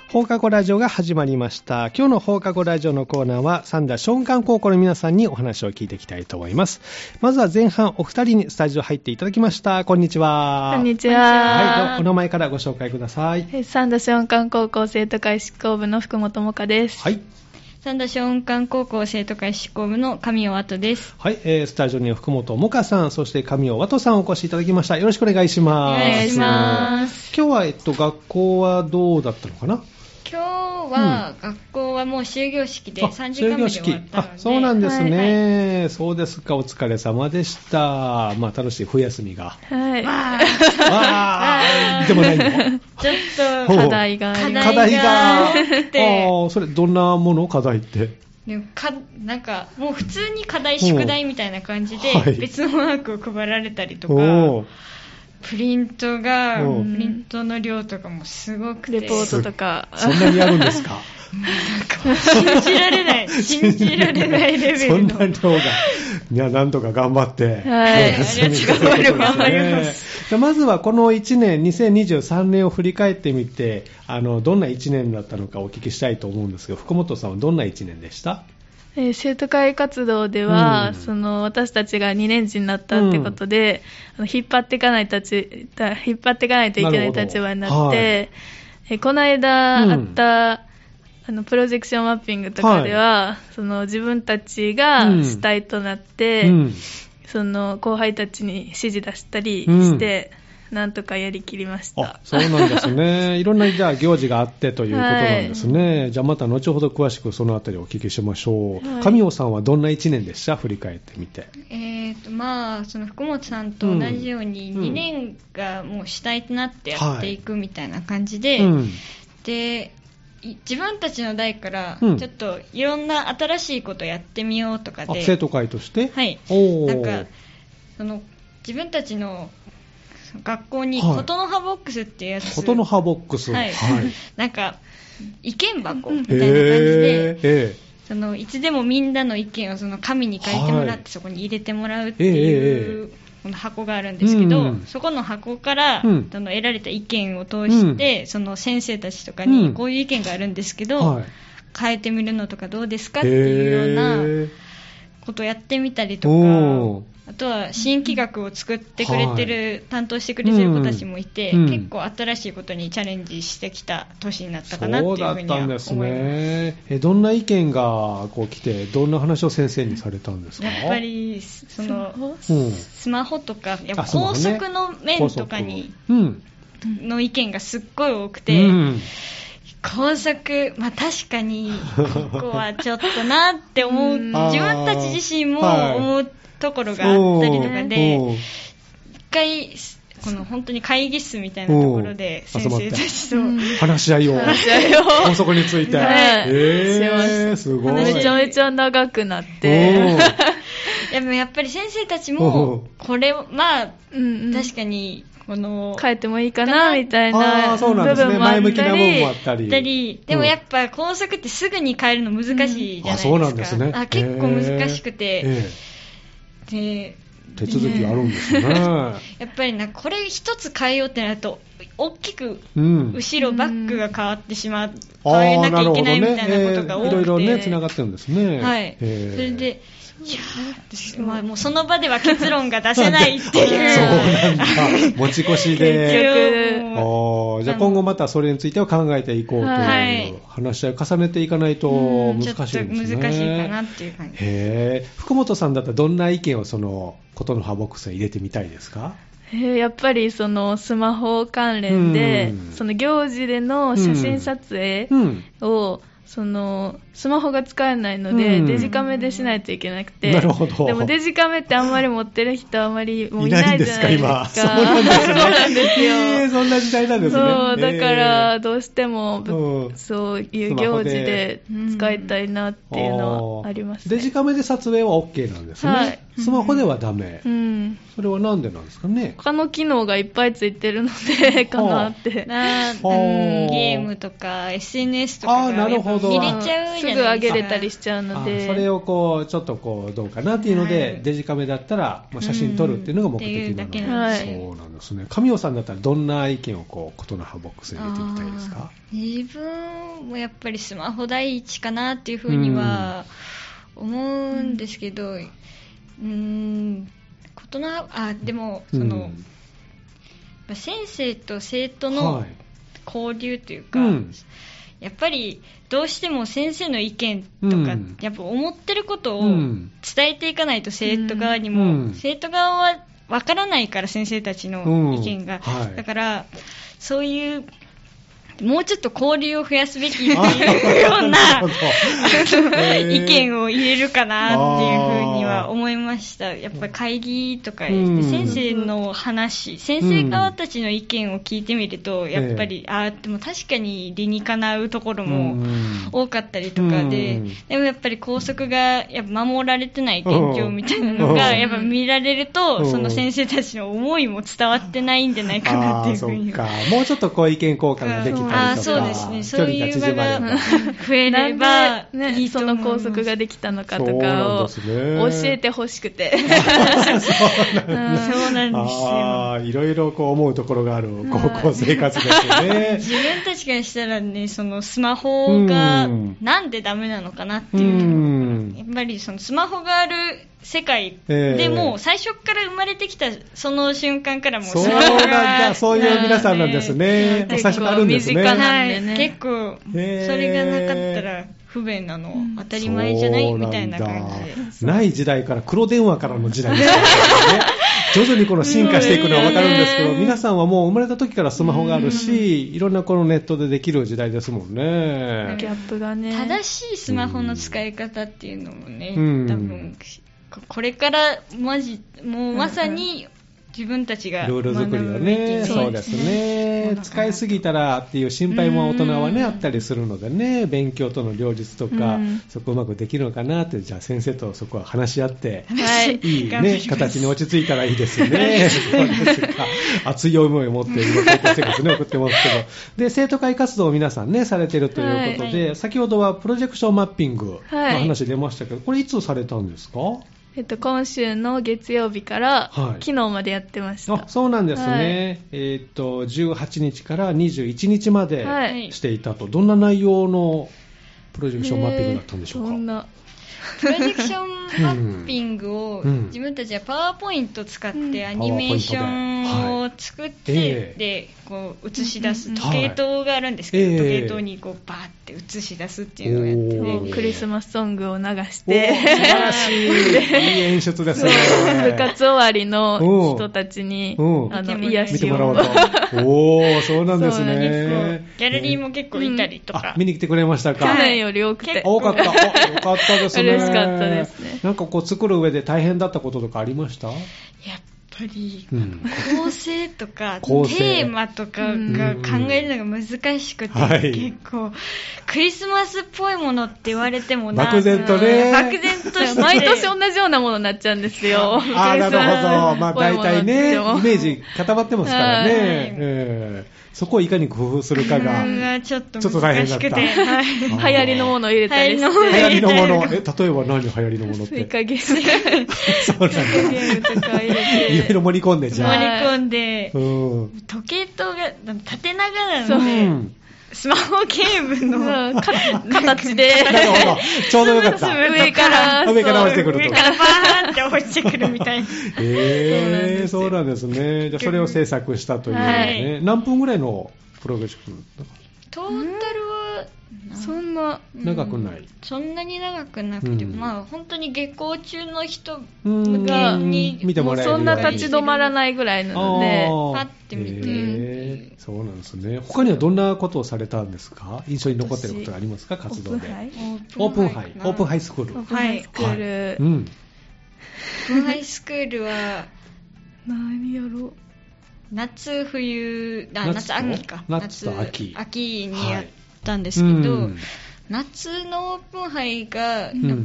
放課後ラジオが始まりました。今日の放課後ラジオのコーナーは三田松漢高校の皆さんにお話を聞いていきたいと思います。まずは前半お二人にスタジオ入っていただきました。こんにちは。 こんにちは。 はい、ではお名前からご紹介ください。 三田松漢高校生徒会執行部の福本萌香です。 はい。 三田松漢高校生徒会執行部の上尾和人です。 はい、スタジオには福本萌香さん、そして上尾和人さんお越しいただきました。よろしくお願いします。 お願いします。 今日は、学校はどうだったのかな？ 今日は、学校はもう終業式で3時間目で終わったので。 そうなんですね、 はい、 そうですか、お疲れ様でした。まあ楽しい冬休みが。 はい。 わーでもないの？ ちょっと課題があります。 課題が多くて。 それどんなもの？課題って。 でもなんかもう普通に課題宿題みたいな感じで、 はい、 別のワークを配られたりとか、プリントの量とかもすごくて、 レポートとかそんなにやるんですか？ 信じられないレベルのそんな量が、いや、なんとか頑張って、 はい、頑張ります。 まずはこの1年2023年を振り返ってみて、どんな1年だったのかお聞きしたいと思うんですが、福本さんはどんな1年でした？ 生徒会活動では、私たちが2年次になったってことで、引っ張っていかないといけない立場になって、はい、この間あった、プロジェクションマッピングとかでは、自分たちが主体となって、後輩たちに指示出したりして、なんとかやりきりました。 そうなんですね。いろんな行事があってということなんですね。はい、じゃあまた後ほど詳しくそのあたりをお聞きしましょう。はい、上尾さんはどんな1年でした？振り返ってみて。 福本さんと同じように2年がもう主体となってやっていくみたいな感じで、で、自分たちの代からちょっといろんな新しいことやってみようとかで、 生徒会として？ はい。なんか自分たちの学校にことの葉ボックスっていうやつ、 ことの葉ボックス、 はい、なんか意見箱みたいな感じで、いつでもみんなの意見を紙に書いてもらって、そこに入れてもらうっていうこの箱があるんですけど、そこの箱から得られた意見を通して、先生たちとかにこういう意見があるんですけど、変えてみるのとかどうですかっていうようなことをやってみたりとか、あとは新企画を作ってくれてる、担当してくれてる子たちもいて、結構新しいことにチャレンジしてきた年になったかなっていうふうには思います。そうだったんですね。 どんな意見が来て、どんな話を先生にされたんですか？ やっぱりスマホとか、やっぱ高速の面とかにの意見がすっごい多くて、高速、確かにここはちょっとなって思う、自分たち自身も思うところがあったりとかで、一回本当に会議室みたいなところで先生たちと話し合いを高速について、すごい、 めちゃめちゃ長くなってやっぱり先生たちもこれ確かに変えてもいいかなみたいな部分もあったり、 前向きな部分もあったり、 でもやっぱ高速ってすぐに変えるの難しいじゃないですか。 そうなんですね。 結構難しくて、 手続きあるんですね。 やっぱりこれ一つ変えようってなると大きく後ろバックが変わってしまう、変えなきゃいけないみたいなことが多くて、 いろいろね繋がってるんですね。 はい。それでもうその場では結論が出せないっていうそうなんだ、持ち越しでじゃあ今後またそれについては考えていこうという話し合いを重ねていかないと難しいんですね。 ちょっと難しいかなっていう感じ。 福本さんだったらどんな意見をことの葉ボックスに入れてみたいですか？ やっぱりスマホ関連で、行事での写真撮影を、スマホが使えないので、デジカメでしないといけなくて、 なるほど。 でもデジカメってあんまり持ってる人あんまりもういないじゃないですか。 そうなんですね。そうなんですよ。 そんな時代なんですね。 そう、だからどうしても、そういう行事で使いたいなっていうのはありますね。 デジカメで撮影は OK なんですね。 はい。 スマホではダメ、 うん、 それはなんでなんですかね。 他の機能がいっぱいついてるのでかなって。 ゲームとか SNS とかが見れちゃうじゃないですか。 すぐ上げれたりしちゃうので、 それをこうちょっとこうどうかなっていうので、はい、デジカメだったらもう写真撮るっていうのが目的なので、 はい、 そうなんですね。神尾さんだったらどんな意見をこうことの葉ボックスに入れていきたいですか。 自分もやっぱりスマホ第一かなっていうふうには思うんですけど、でもその、先生と生徒の交流というか、やっぱりどうしても先生の意見とか、やっぱ思ってることを伝えていかないと生徒側にも、生徒側はわからないから先生たちの意見が、だからそういうもうちょっと交流を増やすべきっていうような意見を入れるかなっていうふうには思いました。やっぱり会議とかで先生の話、先生側たちの意見を聞いてみると、やっぱり、でも確かに理にかなうところも多かったりとかで、でもやっぱり校則がやっぱ守られてない現状みたいなのがやっぱ見られると、その先生たちの思いも伝わってないんじゃないかなっていうふうに。 もうちょっとこう意見交換ができた。 そうですね。そういう場が増えれば、 ね、その校則ができたのかとかを教えてほしくて。 そうなんですよ。 いろいろこう思うところがある高校生活ですよね。 自分たちからしたらね、そのスマホがなんでダメなのかなっていう。やっぱりそのスマホがある世界でも最初から生まれてきたその瞬間からもうスマホがそういう皆さんなんですね。最初からあるんですね。 結構それがなかったら不便なの当たり前じゃないみたいな感じで。 ない時代から黒電話からの時代ですからね。徐々にこの進化していくのは分かるんですけど、皆さんはもう生まれた時からスマホがあるし、いろんなこのネットでできる時代ですもんね。 ギャップがね。 正しいスマホの使い方っていうのもね、多分これからもうまさに自分たちがルール作りをね、そうですね。使いすぎたらっていう心配も大人はねあったりするのでね、勉強との両立とか、そこうまくできるのかなって、じゃあ先生とそこは話し合って、いいね形に落ち着いたらいいですよね。そうですか。熱い思いを持って今高校生活ね送ってますけど、で生徒会活動を皆さんねされてるということで、先ほどはプロジェクションマッピングの話出ましたけど、これいつされたんですか？ 今週の月曜日から昨日までやってました。 そうなんですね。18日から21日までしていたと。どんな内容のプロジェクションマッピングだったんでしょうか？ プロジェクションマッピングを自分たちはパワーポイントを使ってアニメーションを作って、でこう映し出す時計塔があるんですけど、時計塔にこうバーって映し出すっていうのをやってて、 クリスマスソングを流して素晴らしいいい演出ですね。 部活終わりの人たちに癒しを見てもらおうと。そうなんですね。 ギャラリーも結構いたりとか、 見に来てくれましたか？ 去年より多くて多かった。よかったですね。 嬉しかったですね。 なんかこう作る上で大変だったこととかありました？ やっぱり構成とかテーマとかが考えるのが難しくて、結構クリスマスっぽいものって言われても漠然とね、 漠然として毎年同じようなものになっちゃうんですよ。 なるほど。大体ねイメージ固まってますからね。そこをいかに工夫するかがちょっと難しくて、流行りのものを入れたりして、 流行りのもの、例えば何流行りのものって？ スイカゲームそうなんだ。 ゲームとか入れて、 いろいろ盛り込んで、じゃあ盛り込んで、時計塔が縦長なので、スマホゲームの形でなるほど、ちょうどよかった。 上から落ちてくると、 上からバーンって落ちてくるみたいな。 そうなんですね。じゃあそれを制作したというね。何分ぐらいのプロジェクト？ トータルはそんな長くない。 そんなに長くなくて、本当に下校中の人向けに見てもらえる。 そんな立ち止まらないぐらいなので、 パッて見て。 そうなんですね。他にはどんなことをされたんですか？印象に残っていることがありますか？活動で。オープンハイスクール。 オープンハイスクール。 オープンハイスクールは何やろう。 夏秋か。 夏と秋。 秋にやったんですけど、夏のオープンハイが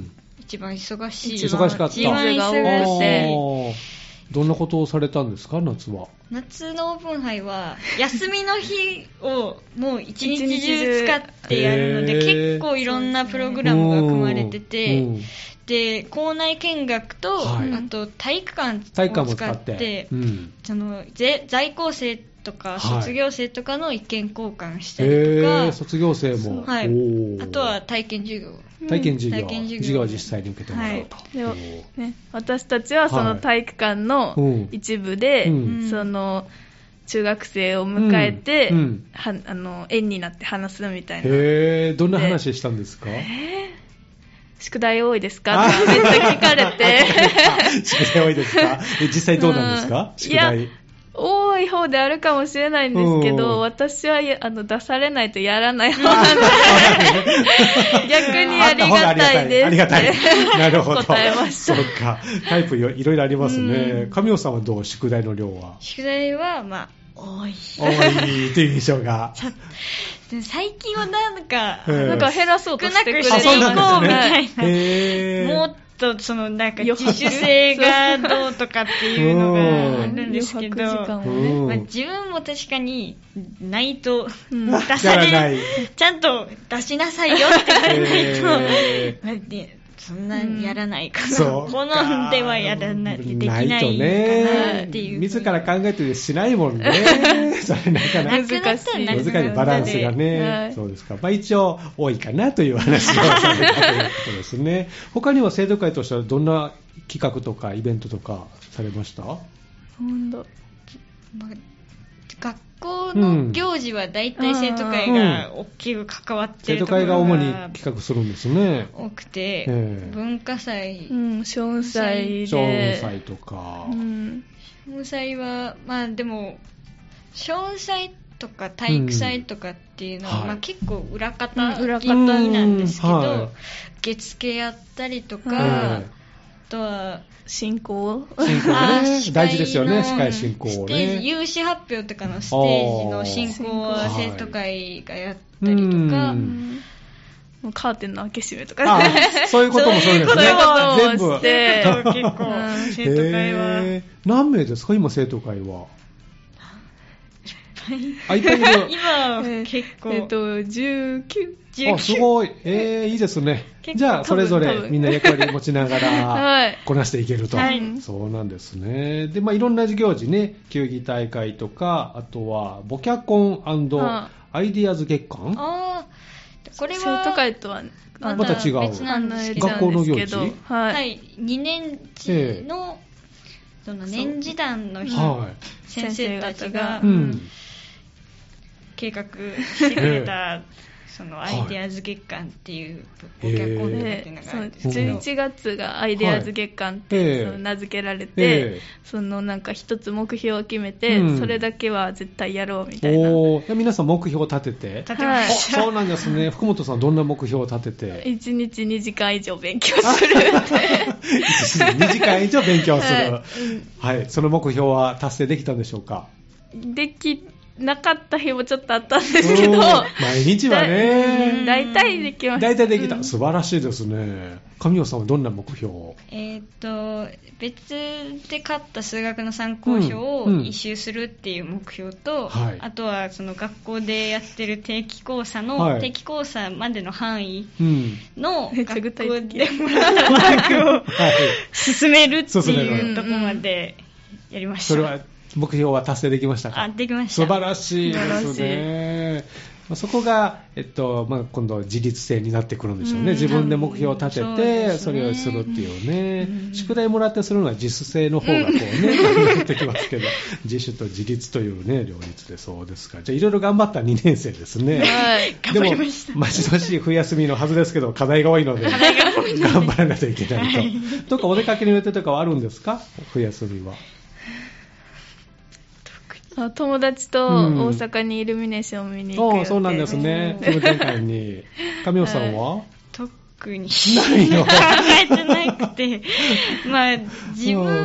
一番忙しい。 忙しかった。 一番忙しい。 どんなことをされたんですか、夏は。 夏のオープン杯は休みの日をもう一日中使ってやるので、結構いろんなプログラムが組まれてて、で校内見学と、あと体育館を使って、その在校生とか卒業生とかの意見交換したりとか、 卒業生も、 はい、あとは体験授業授業を実際に受けてもらうと、 はいね、私たちはその体育館の一部で、その中学生を迎えて、円になって話すみたいな。 どんな話したんですか？ 宿題多いですかってめっちゃ聞かれて宿題多いですか？実際どうなんですか？宿題。 いや、多い方であるかもしれないんですけど、私は出されないとやらない方なので逆にありがたいです。 ありがたい。なるほど。 答えました。 そうか。タイプいろいろありますね。神尾さんはどう？宿題の量は？ 宿題は多いという印象が最近はなんか減らそうとしてくれる少なくしていこうみたいな、もっとそのなんか自主性がどうとかっていうのがあるんですけど、自分も確かにないと出される、ちゃんと出しなさいよって言われないとそんなやらないかな、好んではやらない、できないかなっていう、 自ら考えてしないもんねそれなかなか難しいバランスがね、そうですか。一応多いかなという話をされたということですね。他には生徒会としてはどんな企画とかイベントとかされました？ 学校の行事は大体生徒会が大きく関わっているところが、 生徒会が主に企画するんですね。 多くて、文化祭、 小運祭とか、 小運祭はでも小運祭とか体育祭とかっていうのは、結構裏方なんですけど、受付やったりとか、あとは進行大事ですよね、司会進行をね。 有志発表とかのステージの進行は生徒会がやったりとか、 カーテンの開け閉めとかそういうこともそうですね。 全部して結構生徒会は何名ですか今生徒会は？いっぱいいる。 今結構 19。すごい。いいですね。じゃあそれぞれみんな役割持ちながらこなしていけると。そうなんですね。でいろんな行事ね、球技大会とか、あとはボキャコン&アイディアズ月間。 これは生徒会とはまた違う別なんですけど、 学校の行事。 はい。2年次のその年次団の先生たちが計画してくれたそのアイデアズ月間っていうボキャコンっていうのがあるんですけど、 11月がアイデアズ月間って名付けられて、そのなんか一つ目標を決めて、それだけは絶対やろうみたいな。 皆さん目標を立ててました。そうなんですね。福本さんどんな目標を立てて ？1日2時間以上勉強する 2時間以上勉強する、はい、その目標は達成できたんでしょうか？ できなかった日もちょっとあったんですけど、 毎日はね、 大体できました。 大体できた、素晴らしいですね。神尾さんはどんな目標を？ 別で買った数学の参考書を一周するっていう目標と、あとはその学校でやってる定期考査の、定期考査までの範囲の学校でもらったマークを進めるっていうところまでやりました。 それは目標は達成できましたか？ できました。 素晴らしいですね。そこが、今度自立性になってくるんでしょうね。自分で目標を立ててそれをするっていうね。宿題もらってするのは自主性の方がこうねなってきますけど、自主と自立というね両立で。そうですか。じゃあいろいろ頑張った2年生ですね。 頑張りました。 でも待ち遠しい冬休みのはずですけど課題が多いので頑張らないといけないと。どっかお出かけの予定とかはあるんですか？冬休みは。 友達と大阪にイルミネーションを見に行く予定。 そうなんですね。気分転換に。神尾さんは？ 特にないよ。考えてなくて、自分は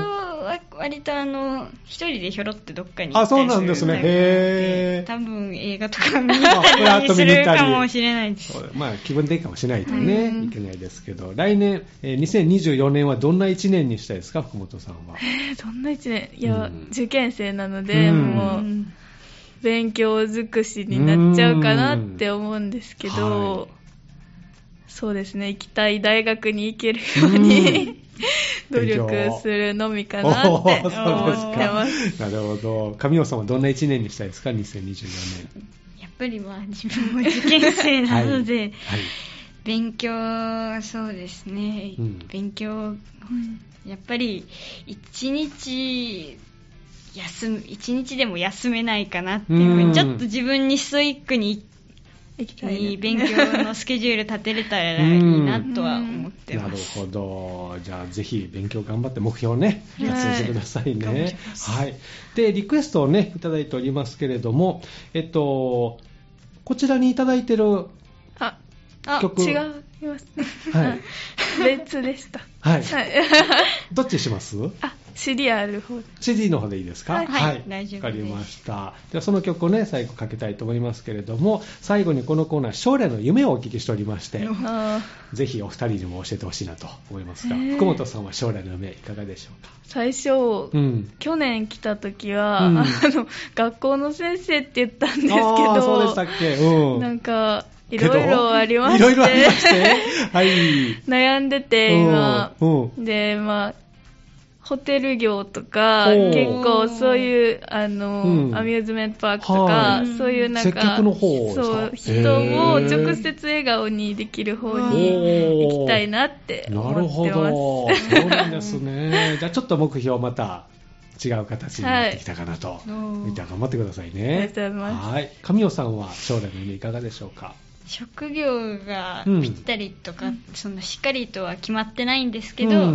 は割と一人でひょろってどっかに行ったりする。 そうなんですね。へー。 多分映画とか見たりするかもしれないです。 気分でいいかもしれないとね、いけないですけど、来年、2024年はどんな1年にしたいですか、福本さんは。 どんな1年？いや、受験生なので、もう、勉強尽くしになっちゃうかなって思うんですけど、そうですね、行きたい大学に行けるように努力するのみかなって思ってます。 なるほど。神尾さんはどんな1年にしたいですか、2024年。 やっぱり自分も受験生なので、勉強、そうですね、勉強、やっぱり一日でも休めないかなっていうふうに、ちょっと自分にストイックに勉強のスケジュール立てれたらいいなとは思ってます。 なるほど。じゃあぜひ勉強頑張って目標をね、達成してくださいね。はい。で、リクエストをね、いただいておりますけれども、こちらにいただいてる曲。 違いますね。はい。別でした。 はい。どっちします？ CD ある方で。 CD の方でいいですか？ はい。大丈夫です。 わかりました。ではその曲をね、最後かけたいと思いますけれども、最後にこのコーナー、将来の夢をお聞きしておりまして、ぜひお二人にも教えてほしいなと思いますが、福本さんは将来の夢いかがでしょうか？ 最初、去年来た時は、学校の先生って言ったんですけど、 そうでしたっけ？ なんか、いろいろありまして、 はい、 悩んでて、今。で、ホテル業とか、結構そういう、アミューズメントパークとか、そういうなんか、人を直接笑顔にできる方に行きたいなって思ってます。なるほど。 そうなんですね。じゃあちょっと目標また違う形になってきたかなと。みんな頑張ってくださいね。 ありがとうございます。 はい。神尾さんは将来の夢いかがでしょうか？ 職業がぴったりとか、そのしっかりとは決まってないんですけど、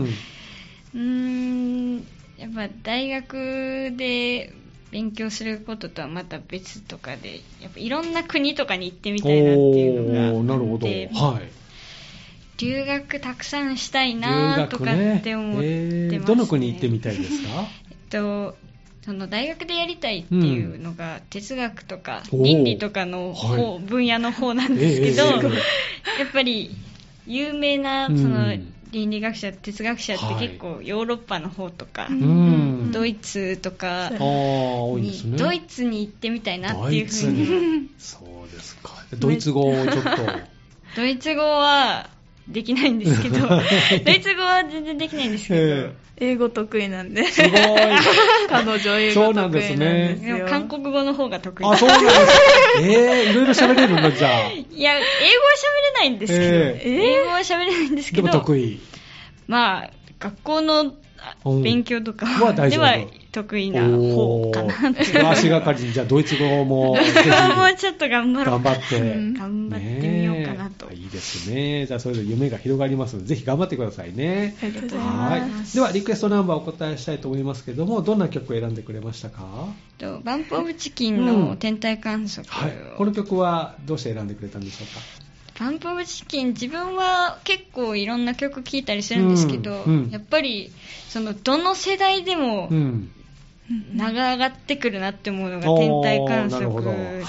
やっぱ大学で勉強することとはまた別とかで、やっぱいろんな国とかに行ってみたいなっていうのがあって、留学たくさんしたいなとかって思ってますね。 どの国行ってみたいですか？ その大学でやりたいっていうのが、哲学とか倫理とかの分野の方なんですけど、やっぱり有名なその倫理学者、哲学者って結構ヨーロッパの方とか、ドイツとかに、ドイツに行ってみたいなっていうふうに。 そうですか。ドイツ語をちょっと。 ドイツ語はできないんですけど、ドイツ語は全然できないんですけど、 英語得意なんで。 すごい。 彼女英語得意なんですよ。 でも韓国語の方が得意なんです。そうなんです。いろいろ喋れるのじゃあ。 いや、英語は喋れないんですけど、英語は喋れないんですけど、 でも得意。 学校の勉強とかでは得意な方かなって。 足がかりに、じゃあドイツ語ももうちょっと頑張ってみようかなと。 いいですね。じゃあそれぞれ夢が広がりますので、ぜひ頑張ってくださいね。 ありがとうございます。 ではリクエストナンバーをお答えしたいと思いますけれども、どんな曲を選んでくれましたか？ バンプオブチキンの天体観測。 この曲はどうして選んでくれたんでしょうか？ バンプオブチキン、自分は結構いろんな曲聴いたりするんですけど、やっぱりどの世代でも名が上がってくるなって思うのが天体観測で、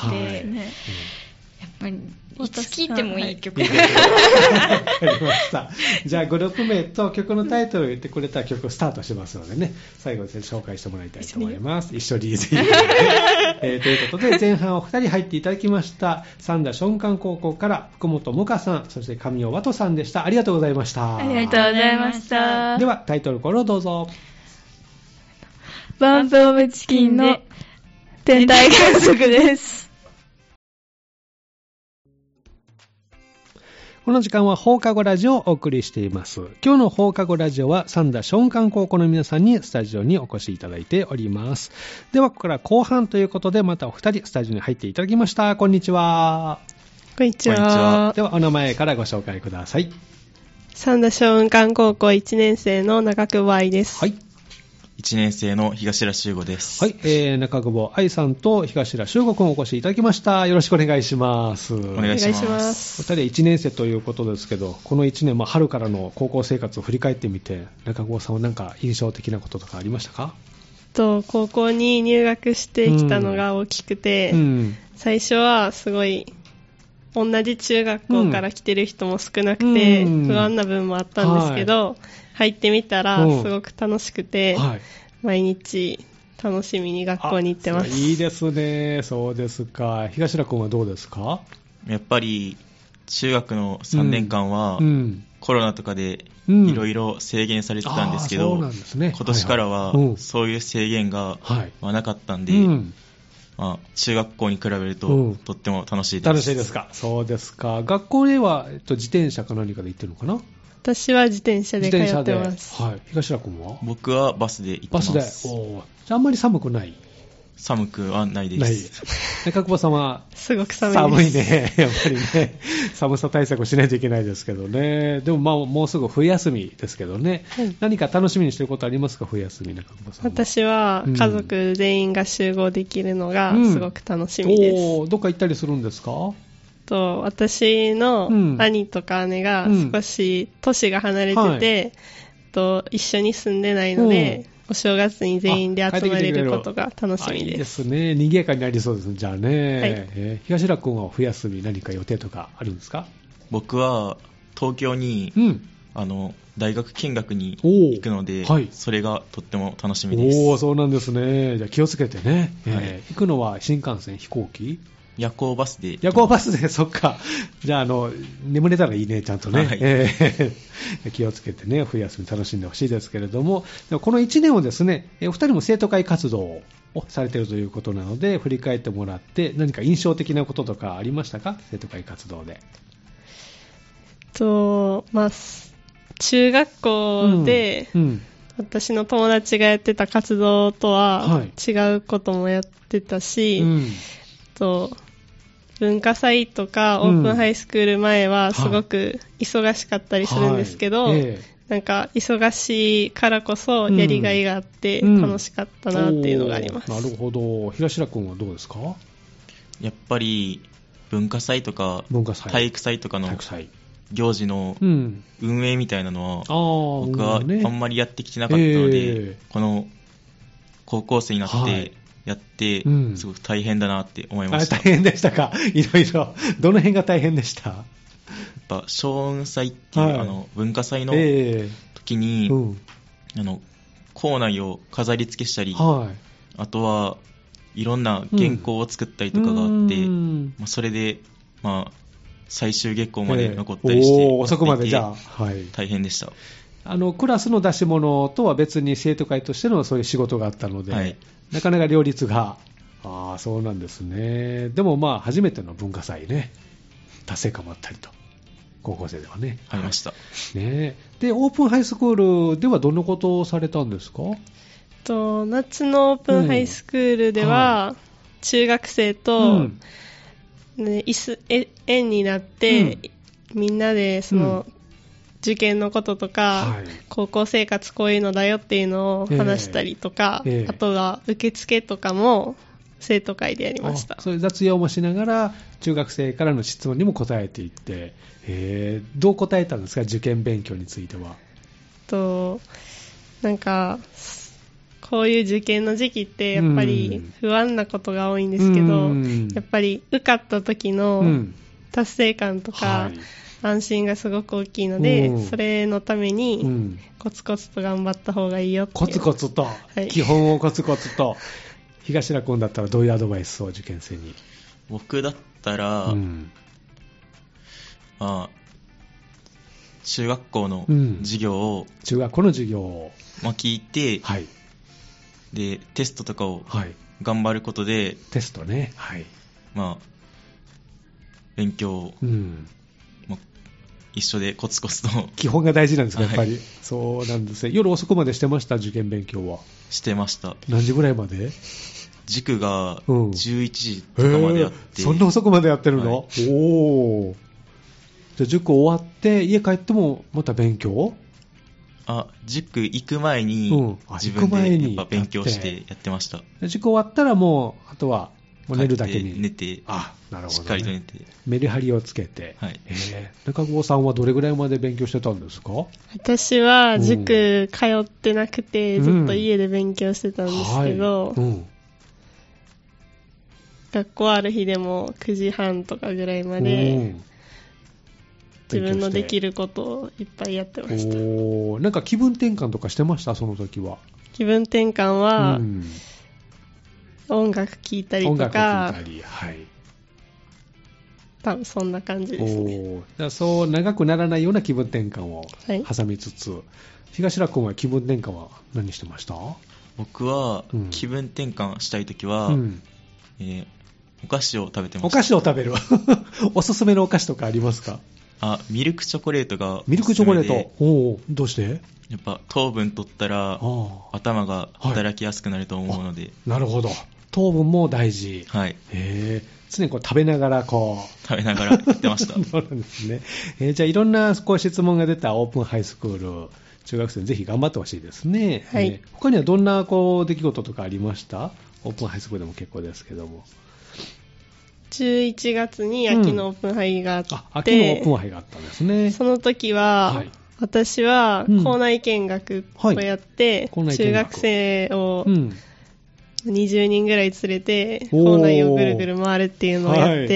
やっぱりいつ聴いてもいい曲。わかりました。じゃあグループ名と曲のタイトルを言ってくれたら曲をスタートしますのでね、最後に紹介してもらいたいと思います。一緒にぜひ、ということで前半お二人入っていただきました三田松漢高校から福本萌歌さん、そして神尾和人さんでした。ありがとうございました。 ありがとうございました。 ではタイトルコールをどうぞ。 バンプオブチキンの天体観測です。 この時間は放課後ラジオをお送りしています。今日の放課後ラジオは三田松漢高校の皆さんにスタジオにお越しいただいております。ではここから後半ということで、またお二人スタジオに入っていただきました。こんにちは。 こんにちは。 ではお名前からご紹介ください。 三田松漢高校1年生の長久保愛です。 はい。 1年生の東浦修吾です。 はい、中久保愛さんと東浦修吾君お越しいただきました。よろしくお願いします。 お願いします。 お二人1年生ということですけど、この1年、春からの高校生活を振り返ってみて、中久保さんは何か印象的なこととかありましたか？ 高校に入学してきたのが大きくて、最初はすごい同じ中学校から来てる人も少なくて、不安な部分もあったんですけど、入ってみたらすごく楽しくて、毎日楽しみに学校に行ってます。 いいですね。そうですか。東浦君はどうですか？ やっぱり中学の3年間は、コロナとかでいろいろ制限されてたんですけど、今年からはそういう制限がなかったんで、中学校に比べるととっても楽しいです。 楽しいですか？そうですか。学校へは、自転車か何かで行ってるのかな？ 私は自転車で通ってます。 東浦君は？ 僕はバスで行ってます。 バスで。じゃああんまり寒くない？ 寒くはないです。 中久保さんはすごく寒いです。 寒いね。やっぱりね、寒さ対策をしないといけないですけどね。でももうすぐ冬休みですけどね。何か楽しみにしてることありますか？冬休み、中久保さんは。 私は家族全員が集合できるのがすごく楽しみです。 どっか行ったりするんですか？ 私の兄とか姉が少し年が離れてて、一緒に住んでないので、お正月に全員で集まれることが楽しみです。 いいですね。賑やかになりそうですね。じゃあね。東浦君は冬休み何か予定とかあるんですか？ 僕は東京に、大学見学に行くので、それがとっても楽しみです。 そうなんですね。じゃあ気をつけてね。行くのは新幹線、飛行機？ 夜行バスで。 夜行バスで、そっか。じゃあ、眠れたらいいね、ちゃんとね。気をつけてね、冬休み楽しんでほしいですけれども、でもこの1年をですね、お二人も生徒会活動をされているということなので、振り返ってもらって、何か印象的なこととかありましたか？生徒会活動で。 中学校で、私の友達がやってた活動とは違うこともやってたし、文化祭とかオープンハイスクール前はすごく忙しかったりするんですけど、なんか忙しいからこそやりがいがあって楽しかったなっていうのがあります。 なるほど。東浦君はどうですか？ やっぱり文化祭とか体育祭とかの行事の運営みたいなのは僕はあんまりやってきてなかったので、この高校生になってやってすごく大変だなって思いました。 大変でしたか？いろいろどの辺が大変でした？やっぱ小雲祭っていう、文化祭の時に、校内を飾り付けしたり、あとはいろんな原稿を作ったりとかがあって、それで最終月稿まで残ったりして、 遅くまでじゃあ、 大変でした。 クラスの出し物とは別に生徒会としてのそういう仕事があったので、なかなか両立が。そうなんですね。でも初めての文化祭ね、達成感もあったりと、高校生ではね。 ありました。 で、オープンハイスクールではどんなことをされたんですか？ 夏のオープンハイスクールでは、中学生と、円になって、みんなで受験のこととか、高校生活こういうのだよっていうのを話したりとか、あとは受付とかも生徒会でやりました。 そういう雑用もしながら中学生からの質問にも答えていって、どう答えたんですか？受験勉強については。 なんかこういう受験の時期ってやっぱり不安なことが多いんですけど、やっぱり受かった時の達成感とか、安心がすごく大きいので、それのためにコツコツと頑張った方がいいよっていう。 コツコツと、基本をコツコツと。東浦君だったらどういうアドバイスを受験生に？ 僕だったら、中学校の授業を、聞いて、でテストとかを頑張ることで、 テストね、 勉強を、一緒でコツコツと。 基本が大事なんですか？やっぱり。そうなんですね。夜遅くまでしてました？受験勉強は。 してました。 何時ぐらいまで？ 塾が11時とかまでやって、 そんな遅くまでやってるの？じゃあ塾終わって家帰ってもまた勉強？ 塾行く前に自分でやっぱ勉強してやってました。 塾終わったらもうあとはもう寝るだけに寝て、 なるほどね、 しっかりと寝てメリハリをつけて、 はい。 中久保さんはどれぐらいまで勉強してたんですか？ 私は塾通ってなくて、ずっと家で勉強してたんですけど、学校ある日でも9時半とかぐらいまで自分のできることをいっぱいやってました。 なんか気分転換とかしてました？その時は。 気分転換は、音楽聴いたりとか、多分そんな感じですね。 そう長くならないような気分転換を挟みつつ、東良君は気分転換は何してました？ 僕は気分転換したいときは、お菓子を食べてました。 お菓子を食べるおすすめのお菓子とかありますか？ ミルクチョコレートがおすすめで。 ミルクチョコレート。どうして？ やっぱ糖分取ったら頭が働きやすくなると思うので。 なるほど。糖分も大事。 はい。 常に食べながら食べながらやってました。 そうなんですね。じゃあいろんな質問が出たオープンハイスクール、中学生ぜひ頑張ってほしいですね。 はい。 他にはどんな出来事とかありました？オープンハイスクールでも結構ですけども。 11月に秋のオープンハイがあって、 秋のオープンハイがあったんですね。 その時は、私は校内見学をやって、中学生を20人ぐらい連れて校内をぐるぐる回るっていうのをやって、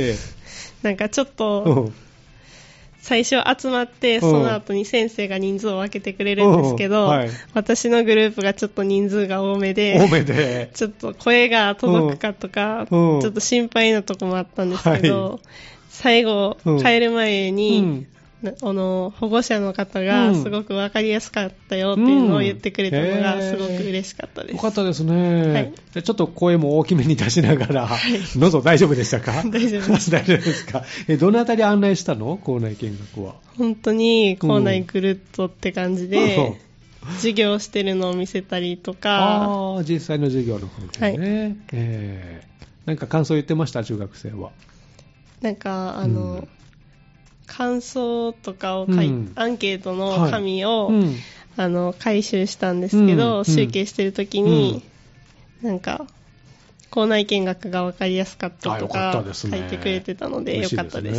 なんかちょっと最初集まって、その後に先生が人数を分けてくれるんですけど、私のグループがちょっと人数が多めで、ちょっと声が届くかとか、ちょっと心配なとこもあったんですけど、最後、帰る前に、保護者の方がすごく分かりやすかったよっていうのを言ってくれたのがすごく嬉しかったです。 よかったですね。ちょっと声も大きめに出しながら、喉大丈夫でしたか？ 大丈夫です。 大丈夫ですか？どのあたり案内したの？校内見学は。 本当に校内ぐるっとって感じで、授業してるのを見せたりとか。 実際の授業の方ですね。なんか感想言ってました？中学生は。 なんか感想とかをアンケートの紙を、回収したんですけど、集計してるときに、なんか校内見学が分かりやすかったとか書いてくれてたのでよかったです。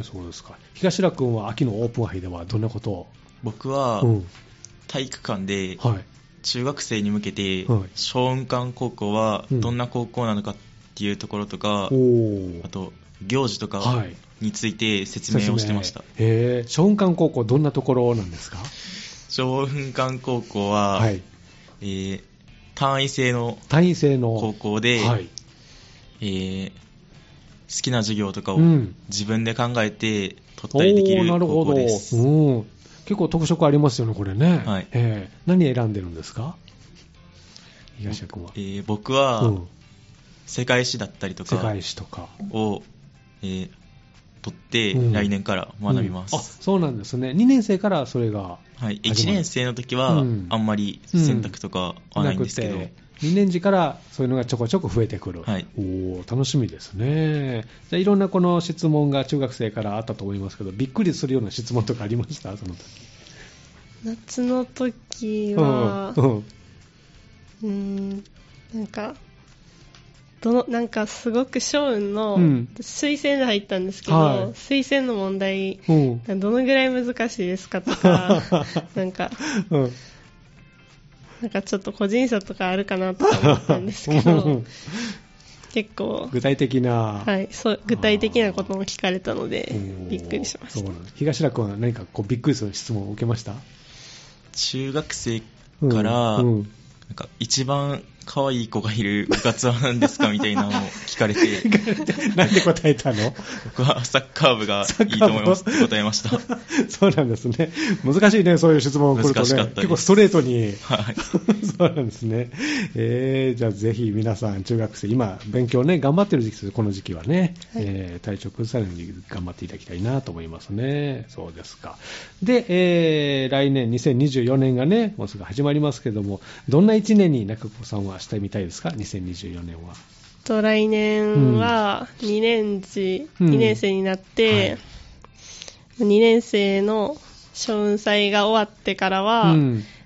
そうですか。東良君は秋のオープンハイではどんなことを？ 僕は体育館で中学生に向けて、松雲館高校はどんな高校なのかっていうところとか、あと行事とかについて説明をしてました。 松雲館高校どんなところなんですか？ 松雲館高校は、単位制の高校で、好きな授業とかを自分で考えて取ったりできる高校です。 結構特色ありますよね、これね。何選んでるんですか？東谷君は。 僕は、世界史だったりとかを取って来年から学びます。 そうなんですね。2年生からそれが 1年生の時はあんまり選択とかはないんですけど、 2年次からそういうのがちょこちょこ増えてくる。楽しみですね。じゃあいろんなこの質問が中学生からあったと思いますけど、びっくりするような質問とかありました？その時。 夏の時は、なんかすごく小運の推薦で入ったんですけど、推薦の問題、どのぐらい難しいですかとか、なんかちょっと個人差とかあるかなとか思ったんですけど、結構具体的な、 具体的なことも聞かれたのでびっくりしました。 東良君は何かびっくりする質問を受けました？ 中学生からなんか一番可愛い子がいる部活は何ですかみたいなのを聞かれてなんで答えたの？ 僕はサッカー部がいいと思いますって答えました。 そうなんですね。難しいね、そういう質問が来るとね。結構ストレートに。そうなんですね。じゃあぜひ皆さん中学生、今勉強ね頑張ってる時期です。この時期はね、体調崩さないように頑張っていただきたいなと思いますね。そうですか。で、来年2024年がねもうすぐ始まりますけども、どんな1年に中子さんはしてみたいですか2024年は。 来年は2年生になって、2年生の小雲祭が終わってからは、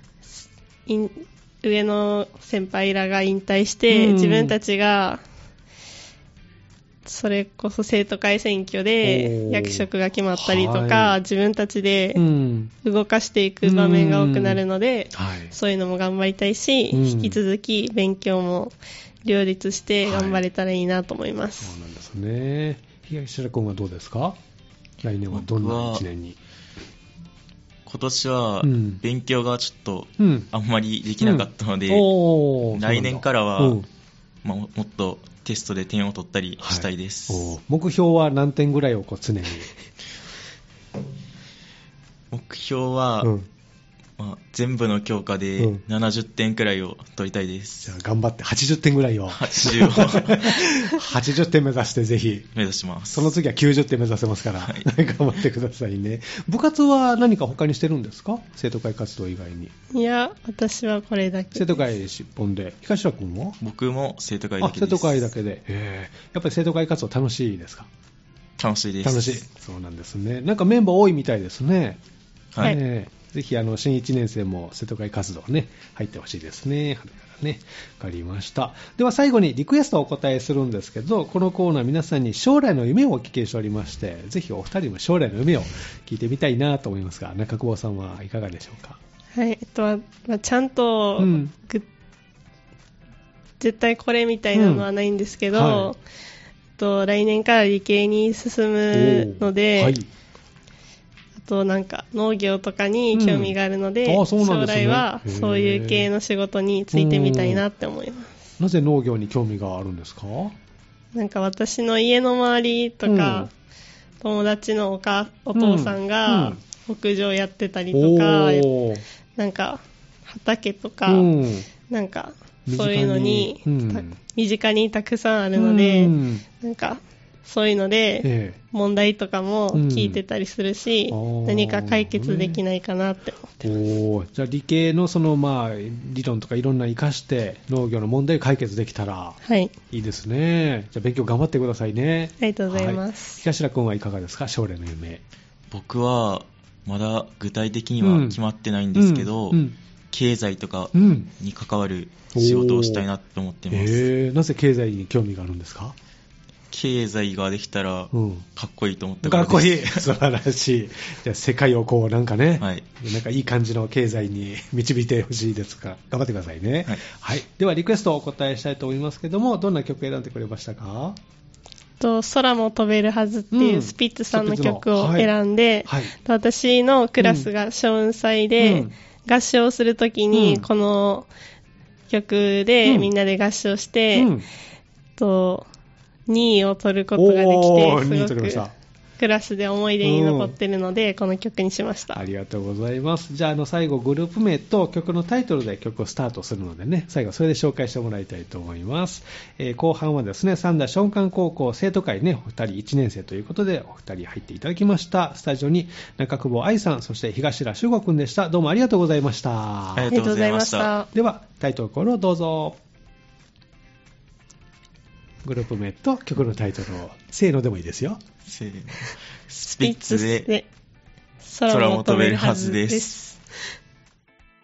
上の先輩らが引退して、自分たちがそれこそ生徒会選挙で役職が決まったりとか、自分たちで動かしていく場面が多くなるので、そういうのも頑張りたいし、引き続き勉強も両立して頑張れたらいいなと思います。 そうなんですね。東田君はどうですか？来年はどんな1年に？ 今年は勉強がちょっとあんまりできなかったので、来年からはもっとテストで点を取ったりしたいです。 目標は何点ぐらいを常に？ 目標は、全部の教科で70点くらいを取りたいです。 じゃあ頑張って80点ぐらいを。80点目指してぜひ。 目指します。 その次は90点目指せますから、頑張ってくださいね。部活は何か他にしてるんですか？生徒会活動以外に。 いや、私はこれだけ。 生徒会しっぽんで。東田君は？ 僕も生徒会だけです。 生徒会だけで。やっぱり生徒会活動楽しいですか？ 楽しいです。 楽しい。そうなんですね。なんかメンバー多いみたいですね。 はい。 ぜひ新1年生も生徒会活動ね入ってほしいですね。春からね。わかりました。では最後にリクエストをお答えするんですけど、このコーナー皆さんに将来の夢をお聞きしておりまして、ぜひお二人も将来の夢を聞いてみたいなと思いますが、中久保さんはいかがでしょうか？ はい。ちゃんと、絶対これみたいなのはないんですけど、来年から理系に進むので、なんか農業とかに興味があるので、将来はそういう系の仕事に就いてみたいなって思います。 なぜ農業に興味があるんですか？ なんか私の家の周りとか、友達のお父さんが牧場やってたりとか、なんか畑とか、なんかそういうのに身近にたくさんあるので、なんかそういうので問題とかも聞いてたりするし、何か解決できないかなって思ってます。 じゃあ理系の理論とかいろんな活かして農業の問題を解決できたらいいですね。じゃあ勉強頑張ってくださいね。 ありがとうございます。 東田君はいかがですか？将来の夢。 僕はまだ具体的には決まってないんですけど、経済とかに関わる仕事をしたいなと思ってます。 なぜ経済に興味があるんですか？ 経済ができたらかっこいいと思ったからです。 かっこいい。素晴らしい。じゃあ世界をなんかね、なんかいい感じの経済に導いてほしいですから頑張ってくださいね。はい。ではリクエストをお答えしたいと思いますけども、どんな曲を選んでくれましたか？ 空も飛べるはずっていうスピッツさんの曲を選んで、私のクラスが小雲祭で合唱するときにこの曲でみんなで合唱して、2位を取ることができて、すごくクラスで思い出に残っているので、この曲にしました。 ありがとうございます。じゃあ、最後グループ名と曲のタイトルで曲をスタートするのでね、最後それで紹介してもらいたいと思います。後半はですね、三田松漢高校生徒会ね、お二人1年生ということでお二人入っていただきました。スタジオに中久保愛さん、そして東田修吾くんでした。どうもありがとうございました。 ありがとうございました。 ではタイトルコールをどうぞ。グループ名と曲のタイトルをせーのでもいいですよ。 せーの。スピッツで空も飛べるはずです。